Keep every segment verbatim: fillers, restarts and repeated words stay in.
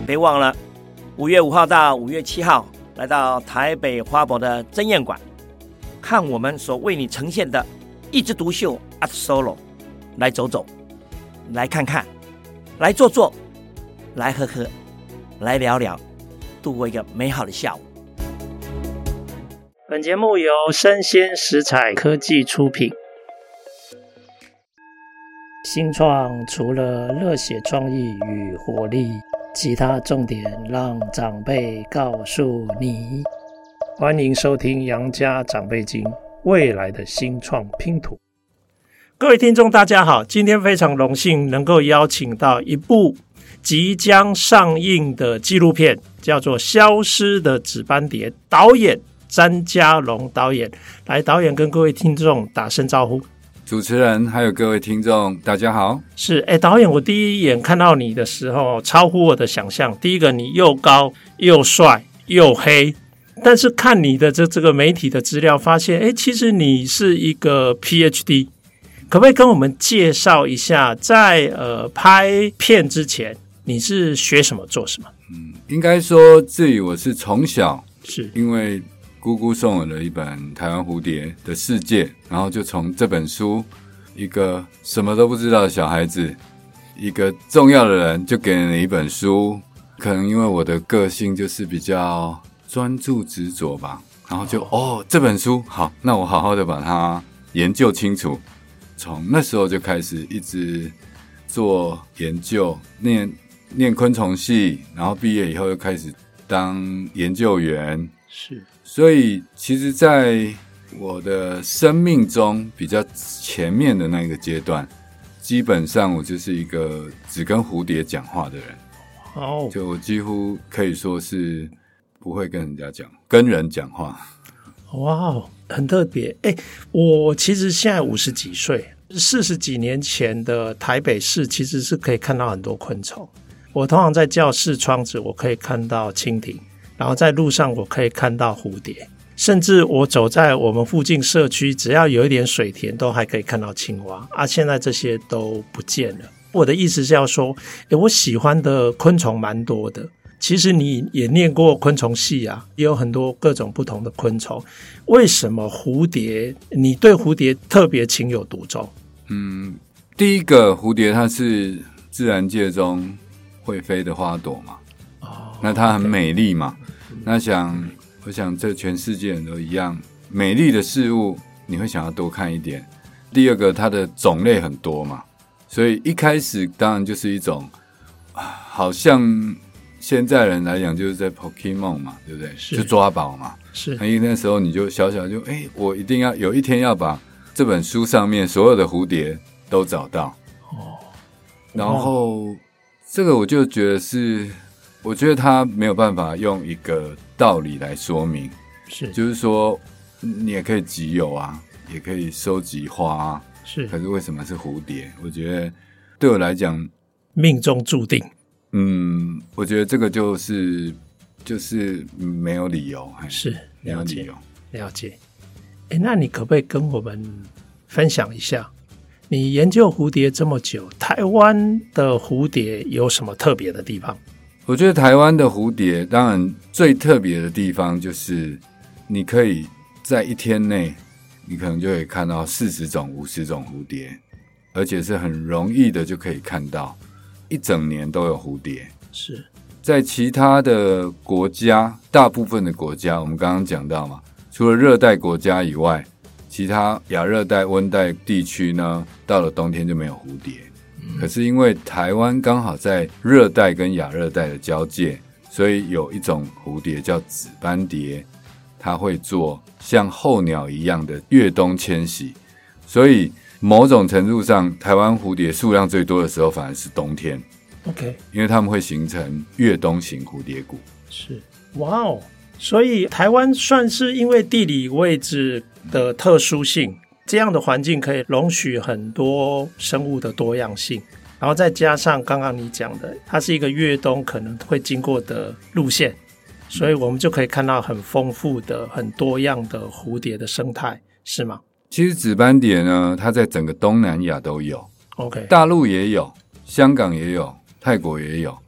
别忘了五月五号到五月七号来到台北花博的珍宴馆，看我们所为你呈现的一枝独秀 Art Solo， 来走走，来看看，来坐坐，来喝喝，来聊聊，度过一个美好的下午。本节目由生鲜食材科技出品。新创除了热血创意与活力，其他重点让长辈告诉你。欢迎收听杨家长辈经，未来的新创拼图。各位听众大家好，今天非常荣幸能够邀请到一部即将上映的纪录片，叫做《消失的紫斑蝶》，导演詹家龙导演。来，导演跟各位听众打声招呼。 主持人还有各位听众大家好。 是，哎，导演，我第一眼看到你的时候超乎我的想象。第一个，你又高又帅又黑，但是看你的这这个媒体的资料发现，哎，其实你是一个 P H D， 可不可以跟我们介绍一下，在呃拍片之前你是学什么做什么？ 嗯，应该说至于我是从小是因为姑姑送我了一本《台湾蝴蝶的世界》，然后就从这本书，一个什么都不知道的小孩子，一个重要的人就给了一本书，可能因为我的个性就是比较专注执着吧，然后就哦这本书好，那我好好的把它研究清楚。从那时候就开始一直做研究，念念昆虫系，然后毕业以后又开始当研究员。 是， 所以其实在我的生命中比较前面的那个阶段，基本上我就是一个只跟蝴蝶讲话的人。 哦， 就我几乎可以说是不会跟人家讲，跟人讲话。 哇，很特别。哎，我其实现在五十几岁，四十几年前的台北市其实是可以看到很多昆虫。我通常在教室窗子，我可以看到蜻蜓。然后在路上我可以看到蝴蝶，甚至我走在我们附近社区，只要有一点水田都还可以看到青蛙啊！现在这些都不见了。我的意思是要说，诶，我喜欢的昆虫蛮多的。其实你也念过昆虫系啊，也有很多各种不同的昆虫。为什么蝴蝶，你对蝴蝶特别情有独钟？嗯， 第一个，蝴蝶它是自然界中会飞的花朵嘛，哦，那它很美丽嘛。那想，我想这全世界人都一样，美丽的事物你会想要多看一点。第二个，它的种类很多嘛，所以一开始当然就是一种，好像现在人来讲就是在 Pokemon 嘛，对不对？就抓宝嘛。 是。 因为那时候你就小小就，哎，我一定要有一天要把这本书上面所有的蝴蝶都找到。哦。然后这个我就觉得是。我觉得他没有办法用一个道理来说明， 是， 就是说你也可以集邮啊，也可以收集花啊， 是， 可是为什么是蝴蝶？我觉得对我来讲， 命中注定。 嗯，我觉得这个就是就是没有理由， 是没有理由， 了解。哎，那你可不可以跟我们分享一下，你研究蝴蝶这么久，台湾的蝴蝶有什么特别的地方？ 我觉得台湾的蝴蝶当然最特别的地方就是你可以在一天内你可能就可以看到四十种五十种蝴蝶，而且是很容易的就可以看到一整年都有蝴蝶。 是在其他的国家，大部分的国家我们刚刚讲到嘛，除了热带国家以外，其他亚热带温带地区呢，到了冬天就没有蝴蝶。可是因为台湾刚好在热带跟亚热带的交界，所以有一种蝴蝶叫紫斑蝶，它会做像候鸟一样的越冬迁徙，所以某种程度上台湾蝴蝶数量最多的时候反而是冬天。 OK， 因为它们会形成越冬型蝴蝶谷。 是，哇哦，所以台湾算是因为地理位置的特殊性，这样的环境可以容许很多生物的多样性，然后再加上刚刚你讲的，它是一个越冬可能会经过的路线，所以我们就可以看到很丰富的很多样的蝴蝶的生态，是吗？ 其实紫斑蝶呢，它在整个东南亚都有， OK， 大陆也有，香港也有，泰国也有。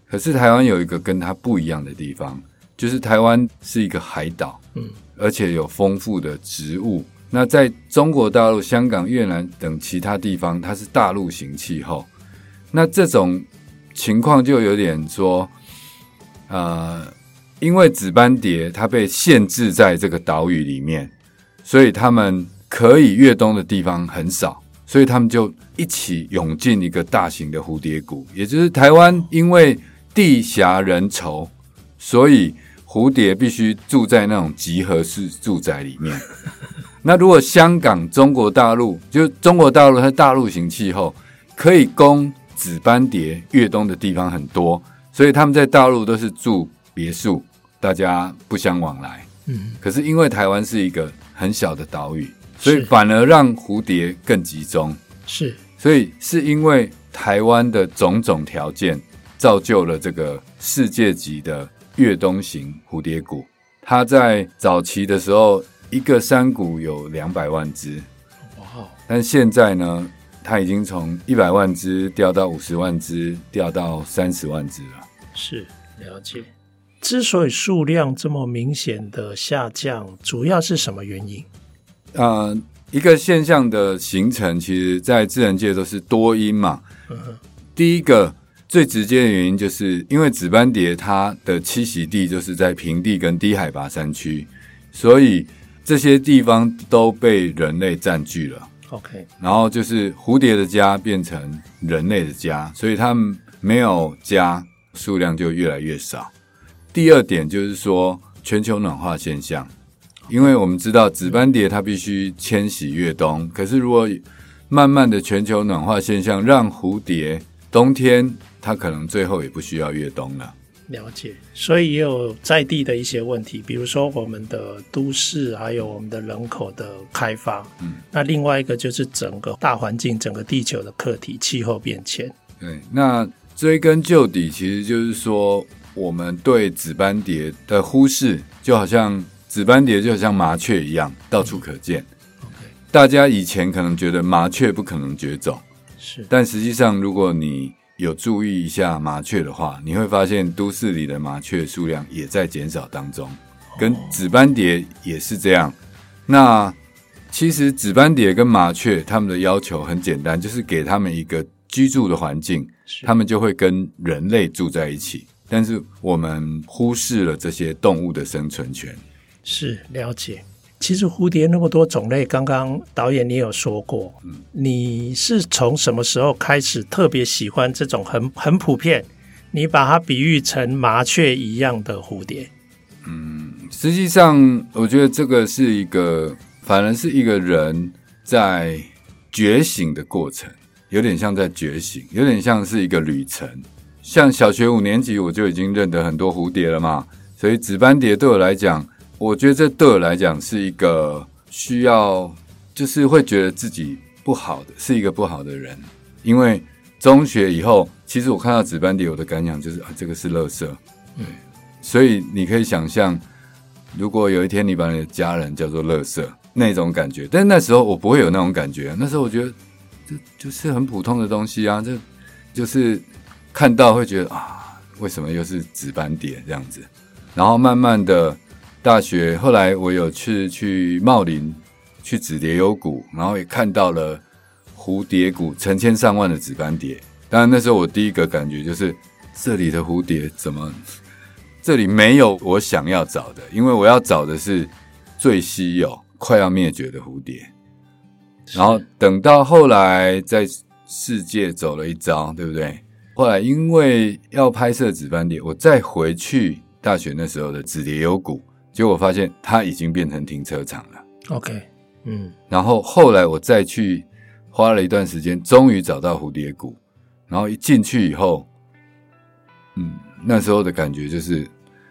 可是台湾有一个跟它不一样的地方，就是台湾是一个海岛，嗯，而且有丰富的植物。那在中国大陆、香港、越南等其他地方，它是大陆型气候。那这种情况就有点说，呃，因为紫斑蝶它被限制在这个岛屿里面，所以他们可以越冬的地方很少，所以他们就一起涌进一个大型的蝴蝶谷。也就是台湾因为地狭人稠，所以蝴蝶必须住在那种集合式住宅里面。那如果香港、中国大陆，就中国大陆它大陆型气候，可以供紫斑蝶越冬的地方很多，所以他们在大陆都是住别墅，大家不相往来。嗯，可是因为台湾是一个很小的岛屿，所以反而让蝴蝶更集中。 是， 所以是因为台湾的种种条件造就了这个世界级的越冬型蝴蝶谷。它在早期的时候，一个山谷有两百万只，哇！但现在呢，它已经从一百万只掉到五十万只，掉到三十万只了。 是，了解。之所以数量这么明显的下降，主要是什么原因？ 呃，一个现象的形成，其实在自然界都是多因嘛。嗯哼。第一个最直接的原因，就是因为紫斑蝶它的栖息地就是在平地跟低海拔山区，所以这些地方都被人类占据了。 OK， 然后就是蝴蝶的家变成人类的家，所以它们没有家，数量就越来越少。第二点就是说全球暖化现象，因为我们知道紫斑蝶它必须迁徙越冬，可是如果慢慢的全球暖化现象让蝴蝶冬天它可能最后也不需要越冬了。 了解，所以也有在地的一些问题，比如说我们的都市还有我们的人口的开发，嗯，那另外一个就是整个大环境整个地球的课题气候变迁。 对，那追根究底其实就是说我们对紫斑蝶的忽视，就好像紫斑蝶就好像麻雀一样到处可见、嗯 okay、大家以前可能觉得麻雀不可能绝种，是，但实际上如果你有注意一下麻雀的话，你会发现都市里的麻雀数量也在减少当中，跟紫斑蝶也是这样。那其实紫斑蝶跟麻雀他们的要求很简单，就是给他们一个居住的环境，他们就会跟人类住在一起，但是我们忽视了这些动物的生存权。 是，了解。其实蝴蝶那么多种类，刚刚导演你有说过、嗯、你是从什么时候开始特别喜欢这种很很普遍，你把它比喻成麻雀一样的蝴蝶？ 嗯，实际上我觉得这个是一个反而是一个人在觉醒的过程，有点像在觉醒，有点像是一个旅程。像小学五年级我就已经认得很多蝴蝶了嘛，所以紫斑蝶对我来讲，我觉得这对我来讲是一个需要，就是会觉得自己不好的，是一个不好的人。因为中学以后，其实我看到紫斑蝶，我的感想就是啊，这个是垃圾。对，所以你可以想象，如果有一天你把你的家人叫做垃圾，那种感觉。但是那时候我不会有那种感觉，那时候我觉得这就是很普通的东西啊，这就是看到会觉得啊，为什么又是紫斑蝶这样子？然后慢慢的。大学后来我有去去茂林去紫蝶幽谷，然后也看到了蝴蝶谷成千上万的紫斑蝶。当然那时候我第一个感觉就是这里的蝴蝶怎么这里没有我想要找的，因为我要找的是最稀有快要灭绝的蝴蝶。然后等到后来在世界走了一遭，对不对？后来因为要拍摄紫斑蝶，我再回去大学那时候的紫蝶幽谷，结果我发现它已经变成停车场了。 OK， 嗯， 然后后来我再去花了一段时间，终于找到蝴蝶谷，然后一进去以后，嗯，那时候的感觉就是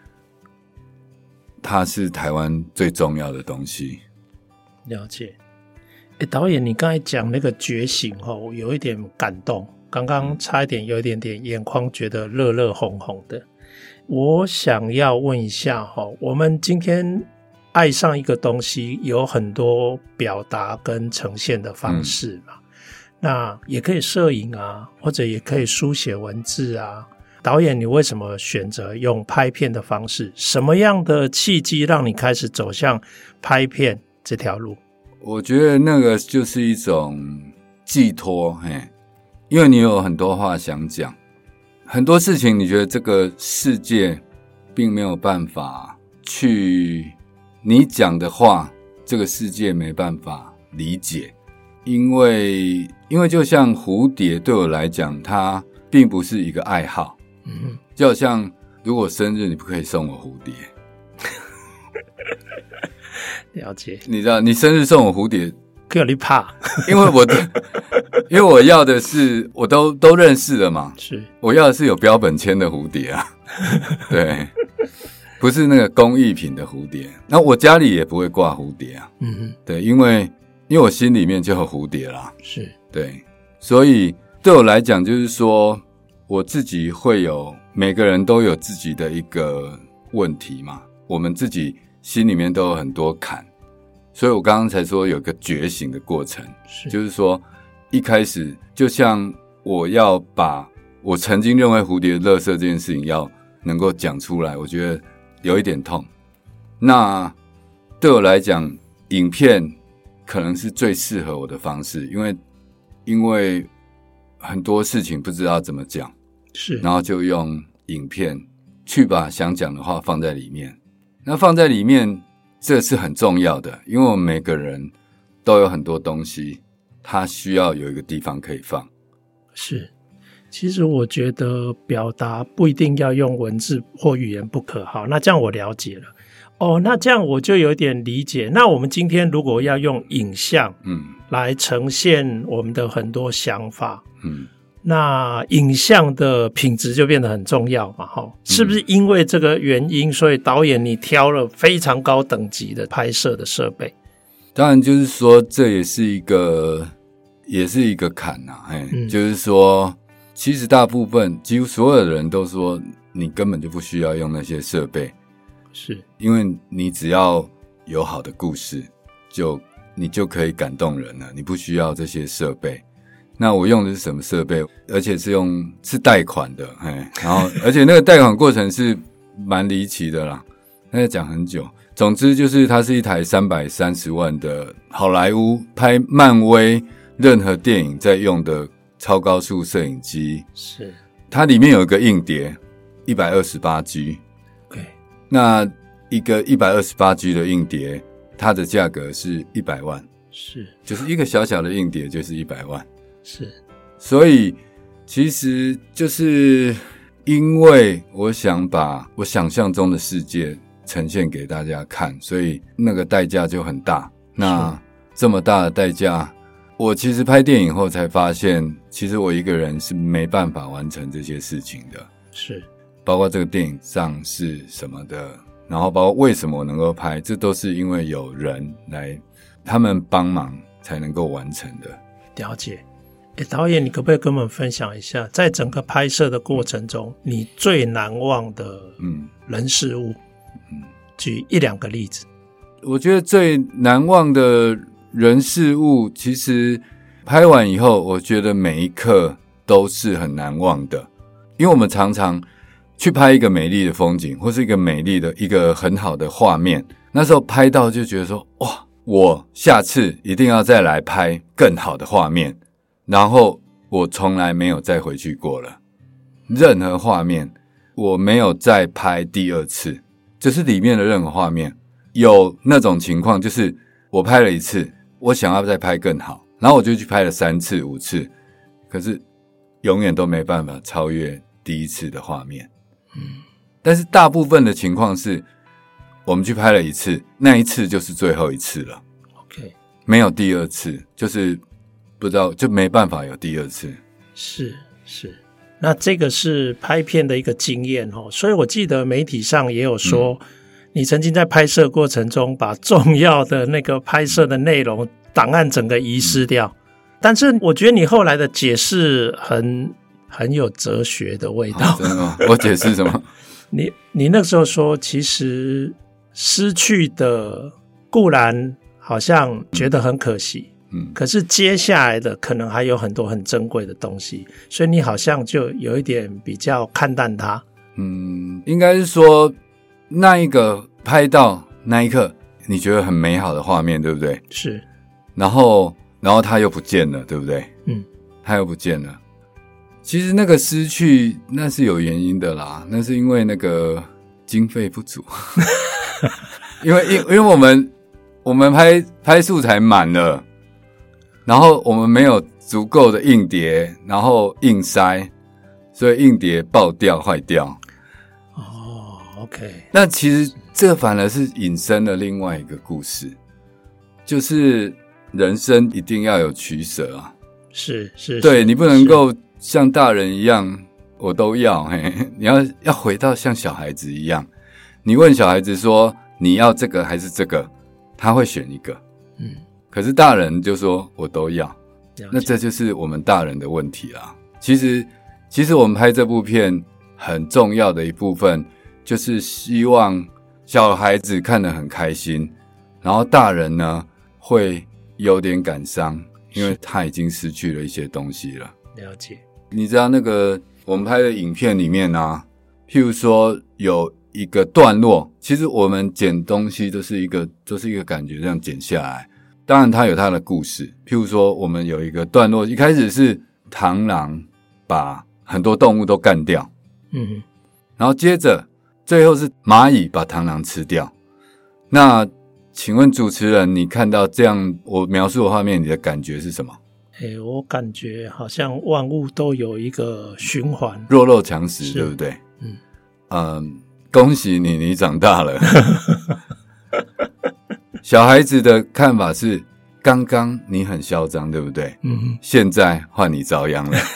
它是台湾最重要的东西。 了解。诶，导演你刚才讲那个觉醒我有一点感动，刚刚差一点有一点点眼眶觉得热热红红的。我想要问一下，我们今天爱上一个东西有很多表达跟呈现的方式嘛、嗯、那也可以摄影啊，或者也可以书写文字啊， 导演你为什么选择用拍片的方式？什么样的契机让你开始走向拍片这条路？ 我觉得那个就是一种寄托，嘿，因为你有很多话想讲，很多事情你觉得这个世界并没有办法去，你讲的话这个世界没办法理解，因为因为就像蝴蝶对我来讲，它并不是一个爱好，嗯，就好像如果生日你不可以送我蝴蝶， 了解， 你知道你生日送我蝴蝶， 可有你怕， 因为我因为我要的是我都都认识了嘛， 是我要的是有标本签的蝴蝶啊，对，不是那个工艺品的蝴蝶。那我家里也不会挂蝴蝶啊，嗯哼，对，因为因为我心里面就有蝴蝶啦， 是对，所以对我来讲就是说，我自己会有，每个人都有自己的一个问题嘛，我们自己心里面都有很多坎，所以我刚刚才说有个觉醒的过程，是就是说一开始就像我要把我曾经认为蝴蝶垃圾这件事情要能够讲出来，我觉得有一点痛。那对我来讲，影片可能是最适合我的方式，因为因为很多事情不知道怎么讲， 是， 然后就用影片去把想讲的话放在里面。那放在里面，这是很重要的，因为我们每个人都有很多东西，它需要有一个地方可以放。 是，其实我觉得表达不一定要用文字或语言不可。好，那这样我了解了。哦，那这样我就有点理解。那我们今天如果要用影像，嗯，来呈现我们的很多想法，嗯，那影像的品质就变得很重要嘛，齁，是不是因为这个原因，所以导演你挑了非常高等级的拍摄的设备？ 当然，就是说这也是一个，也是一个坎啊，嘿，嗯，就是说，其实大部分几乎所有的人都说，你根本就不需要用那些设备。 是因为你只要有好的故事，就你就可以感动人了，你不需要这些设备。那我用的是什么设备？而且是用是贷款的，嘿，然后而且那个贷款过程是蛮离奇的啦，那要讲很久。总之就是它是一台三百三十万的好莱坞拍漫威任何电影在用的超高速摄影机， 是它里面有一个硬碟 一百二十八 G。那一个 一百二十八 G 的硬碟，它的价格是一百万， 是， 就是一个小小的硬碟就是一百万， 是， 所以其实就是因为我想把我想象中的世界呈现给大家看，所以那个代价就很大。那这么大的代价，我其实拍电影后才发现，其实我一个人是没办法完成这些事情的， 是。 包括这个电影上市什么的，然后包括为什么我能够拍，这都是因为有人来他们帮忙才能够完成的。 了解。诶，导演你可不可以跟我们分享一下，在整个拍摄的过程中，你最难忘的人事物，嗯，举一两个例子。 我觉得最难忘的人事物，其实拍完以后，我觉得每一刻都是很难忘的，因为我们常常去拍一个美丽的风景，或是一个美丽的一个很好的画面，那时候拍到就觉得说，哇，我下次一定要再来拍更好的画面，然后我从来没有再回去过了，任何画面我没有再拍第二次，就是里面的任何画面有那种情况，就是我拍了一次，我想要再拍更好，然后我就去拍了三次五次，可是永远都没办法超越第一次的画面。嗯，但是大部分的情况是我们去拍了一次，那一次就是最后一次了。 OK， 没有第二次，就是不知道，就没办法有第二次。 是是，那这个是拍片的一个经验哦，所以我记得媒体上也有说，嗯，你曾经在拍摄过程中把重要的那个拍摄的内容档案整个遗失掉，嗯，但是我觉得你后来的解释很很有哲学的味道。 哦，真的吗？我解释什么？ 你你那时候说，其实失去的固然好像觉得很可惜， 嗯， 可是接下来的可能还有很多很珍贵的东西，所以你好像就有一点比较看淡它。 嗯，应该是说那一个拍到那一刻你觉得很美好的画面，对不对？ 是， 然后然后它又不见了，对不对？ 嗯，它又不见了。其实那个失去那是有原因的啦，那是因为那个经费不足。因为因因为我们我们拍拍素材满了，然后我们没有足够的硬碟，然后硬塞，所以硬碟爆掉坏掉。 哦 ，OK。 那其实这反而是引申了另外一个故事，就是人生一定要有取舍啊。 是是， 对，你不能够像大人一样我都要，嘿，你要要回到像小孩子一样。你问小孩子说你要这个还是这个，他会选一个。嗯，可是大人就说我都要，那这就是我们大人的问题啦。其实其实我们拍这部片很重要的一部分就是希望小孩子看得很开心，然后大人呢会有点感伤，因为他已经失去了一些东西了。 了解。 你知道那个我们拍的影片里面啊，譬如说有一个段落，其实我们剪东西都是一个都是一个感觉这样剪下来，当然它有它的故事。譬如说我们有一个段落，一开始是螳螂把很多动物都干掉，嗯，然后接着最后是蚂蚁把螳螂吃掉。那请问主持人，你看到这样我描述的画面，你的感觉是什么？ 欸，我感觉好像万物都有一个循环， 弱肉强食，对不对？嗯嗯，恭喜你，你长大了。小孩子的看法是，刚刚你很嚣张，对不对？嗯，现在换你遭殃了。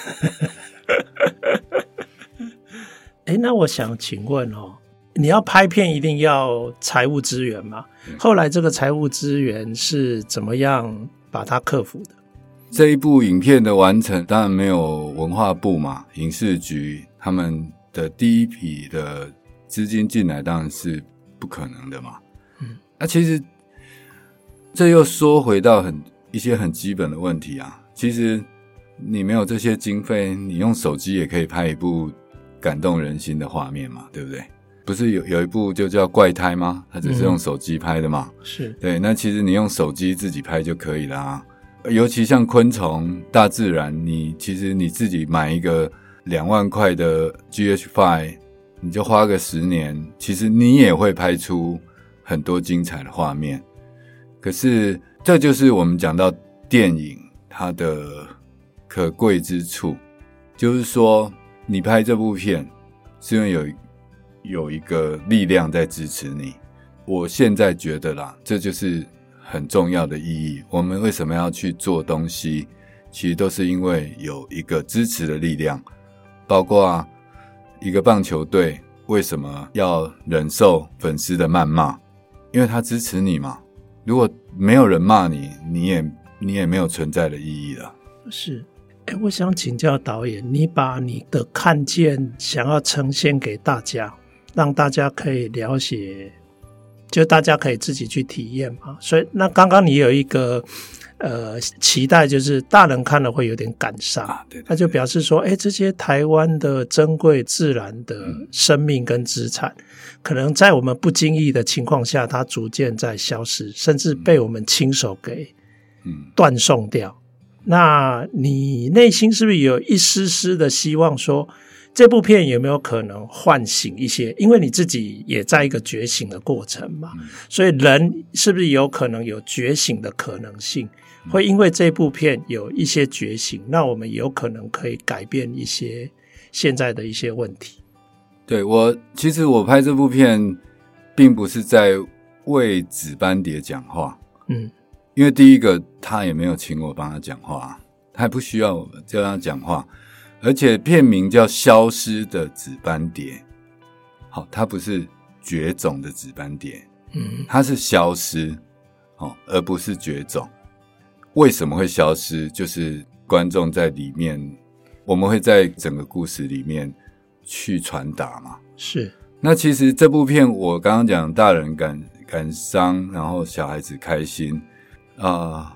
欸，那我想请问哦，你要拍片一定要财务资源吗？后来这个财务资源是怎么样把它克服的？ 这一部影片的完成当然没有文化部嘛，影视局他们的第一批的资金进来当然是不可能的嘛。嗯，那、啊、其实这又说回到很一些很基本的问题啊。其实你没有这些经费，你用手机也可以拍一部感动人心的画面嘛，对不对？不是有有一部就叫怪胎吗？它只是用手机拍的嘛。嗯、是，对，那其实你用手机自己拍就可以了啊。尤其像昆虫、大自然，你其实你自己买一个两万块的 G H 五， 你就花个十年，其实你也会拍出很多精彩的画面。可是这就是我们讲到电影它的可贵之处，就是说你拍这部片是因为有有一个力量在支持你。我现在觉得啦，这就是很重要的意义。我们为什么要去做东西，其实都是因为有一个支持的力量。包括一个棒球队为什么要忍受粉丝的谩骂，因为他支持你嘛。如果没有人骂你，你也你也没有存在的意义了。是，欸，我想请教导演，你把你的看见想要呈现给大家，让大家可以了解，就大家可以自己去体验嘛。所以那刚刚你有一个呃期待，就是大人看了会有点感伤，啊，对对对，那就表示说，哎，这些台湾的珍贵自然的生命跟资产，嗯，可能在我们不经意的情况下，它逐渐在消失，甚至被我们亲手给断送掉。嗯，那你内心是不是有一丝丝的希望说，这部片有没有可能唤醒一些？因为你自己也在一个觉醒的过程嘛，嗯，所以人是不是有可能有觉醒的可能性？会因为这部片有一些觉醒，那我们有可能可以改变一些现在的一些问题。对，我其实我拍这部片并不是在为紫斑蝶讲话，嗯，因为第一个他也没有请我帮他讲话，他也不需要我叫他讲话，而且片名叫消失的紫斑蝶，好，它不是绝种的紫斑蝶，嗯，它是消失，哦，而不是绝种。为什么会消失？就是观众在里面，我们会在整个故事里面去传达嘛。是。那其实这部片我刚刚讲大人感感伤，然后小孩子开心啊，呃，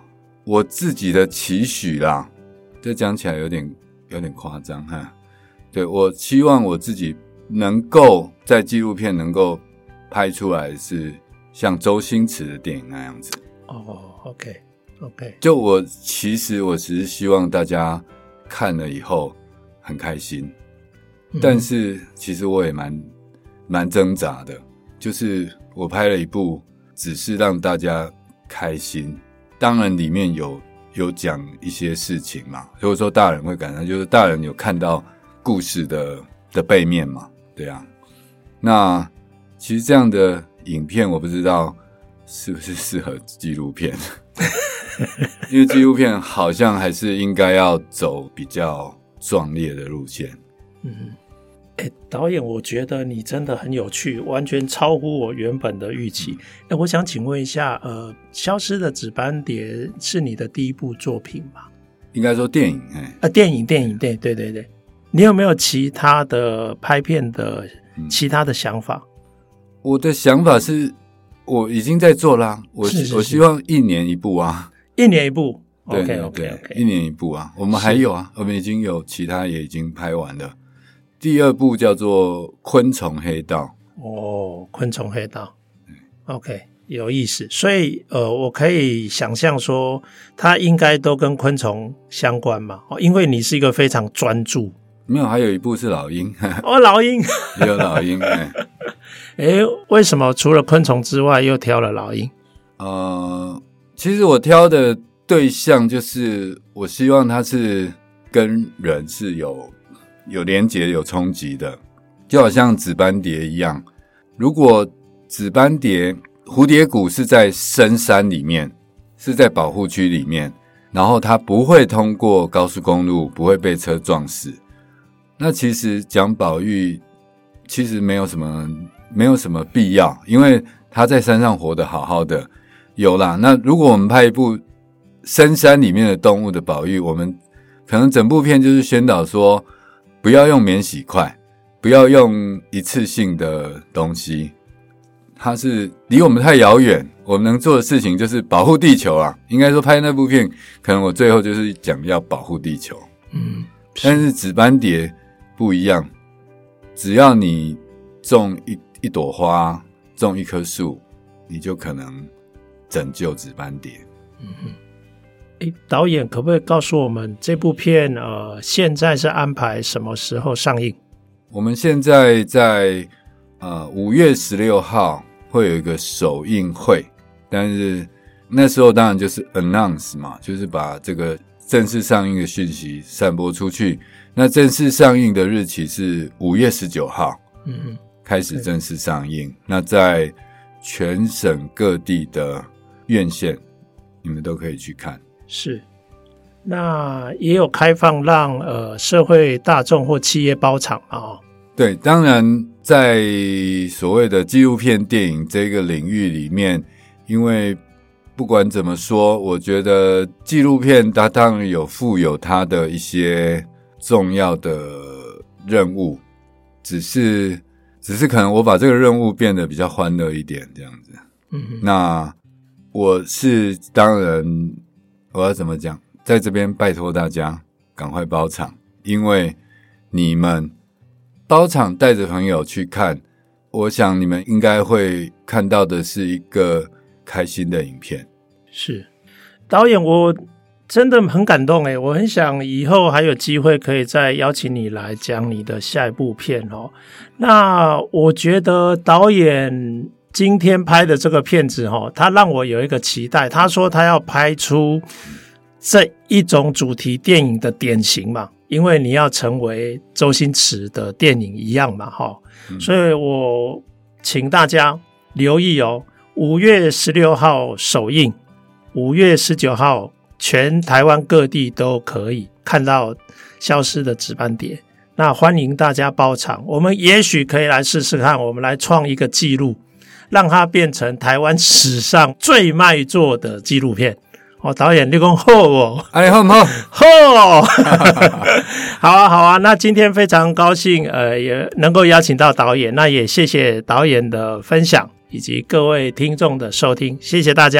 我自己的期许啦，这讲起来有点有点夸张哈。对，我希望我自己能够在纪录片能够拍出来是像周星驰的电影那样子。 哦 ，OK OK， 就我其实我只是希望大家看了以后很开心，嗯、但是其实我也蛮蛮挣扎的，就是我拍了一部只是让大家开心，当然里面有有讲一些事情嘛，所以说大人会感到就是大人有看到故事的的背面嘛，对啊。那其实这样的影片我不知道是不是适合纪录片，因为纪录片好像还是应该要走比较壮烈的路线。 嗯，欸，导演，我觉得你真的很有趣，完全超乎我原本的预期。欸，我想请问一下，呃，消失的纸斑蝶是你的第一部作品吗？ 应该说电影，哎， 啊，电影，电影，对对对对。你有没有其他的拍片的其他的想法？嗯， 我的想法是，我已经在做啦，我是是是， 我希望一年一部啊， 一年一部。 对对 OK OK OK， 一年一部啊，我们还有啊，我们已经有其他也已经拍完了。第二部叫做《昆虫黑道》。 哦，昆虫黑道。OK， 有意思。所以呃，我可以想象说，它应该都跟昆虫相关嘛，哦，因为你是一个非常专注。 没有，还有一部是老鹰。 哦，老鹰。 也有老鹰。哎， 诶，为什么除了昆虫之外又挑了老鹰？ 呃，其实我挑的对象就是我希望它是跟人是有有连结有冲击的，就好像纸斑蝶一样，如果纸斑蝶蝴蝶谷是在深山里面，是在保护区里面，然后它不会通过高速公路，不会被车撞死，那其实讲保育其实没有什么没有什么必要，因为它在山上活得好好的。有啦，那如果我们拍一部深山里面的动物的保育，我们可能整部片就是宣导说不要用免洗筷，不要用一次性的东西，它是离我们太遥远，我们能做的事情就是保护地球啊。应该说拍那部片可能我最后就是讲要保护地球。 嗯， 但是纸斑蝶不一样，只要你种 一, 一朵花，种一棵树，你就可能拯救纸斑蝶。 嗯哼，诶，导演可不可以告诉我们这部片呃现在是安排什么时候上映？ 我们现在在呃五月十六号会有一个首映会，但是那时候当然就是 announce 嘛，就是把这个正式上映的讯息散播出去。那正式上映的日期是五月十九号， 嗯嗯， 开始正式上映。那在全省各地的院线，你们都可以去看。 是，那也有开放让呃社会大众或企业包场嘛？哦， 对，当然在所谓的纪录片电影这个领域里面，因为不管怎么说，我觉得纪录片它当然有负有它的一些重要的任务，只是只是可能我把这个任务变得比较欢乐一点这样子。 嗯， 那我是当然我要怎么讲，在这边拜托大家赶快包场，因为你们包场带着朋友去看，我想你们应该会看到的是一个开心的影片。 是，导演，我真的很感动耶，我很想以后还有机会可以再邀请你来讲你的下一部片哦。那我觉得导演今天拍的这个片子哦，他让我有一个期待，他说他要拍出这一种主题电影的典型嘛，因为你要成为周星驰的电影一样嘛，齁，嗯，所以我请大家留意哦，五月十六号首映，五月十九号全台湾各地都可以看到消失的纸斑蝶。那欢迎大家包场，我们也许可以来试试看，我们来创一个纪录，让它变成台湾史上最卖座的纪录片。哦，导演你说好哦， 哎，好不好？ 好，好啊，好啊。那今天非常高兴，呃，也能够邀请到导演，那也谢谢导演的分享以及各位听众的收听，谢谢大家。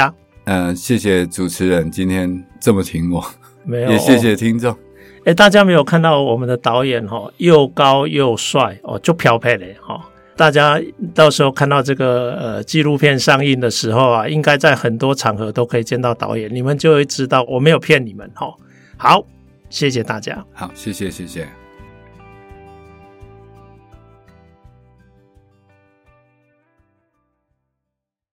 呃，谢谢主持人今天这么挺我， 没有， 也谢谢听众。 哎，大家没有看到我们的导演哈、哦，又高又帅哦，就漂配嘞哈。大家到时候看到这个呃纪录片上映的时候啊，应该在很多场合都可以见到导演，你们就会知道我没有骗你们哈、哦。好，谢谢大家。 好，谢谢谢谢。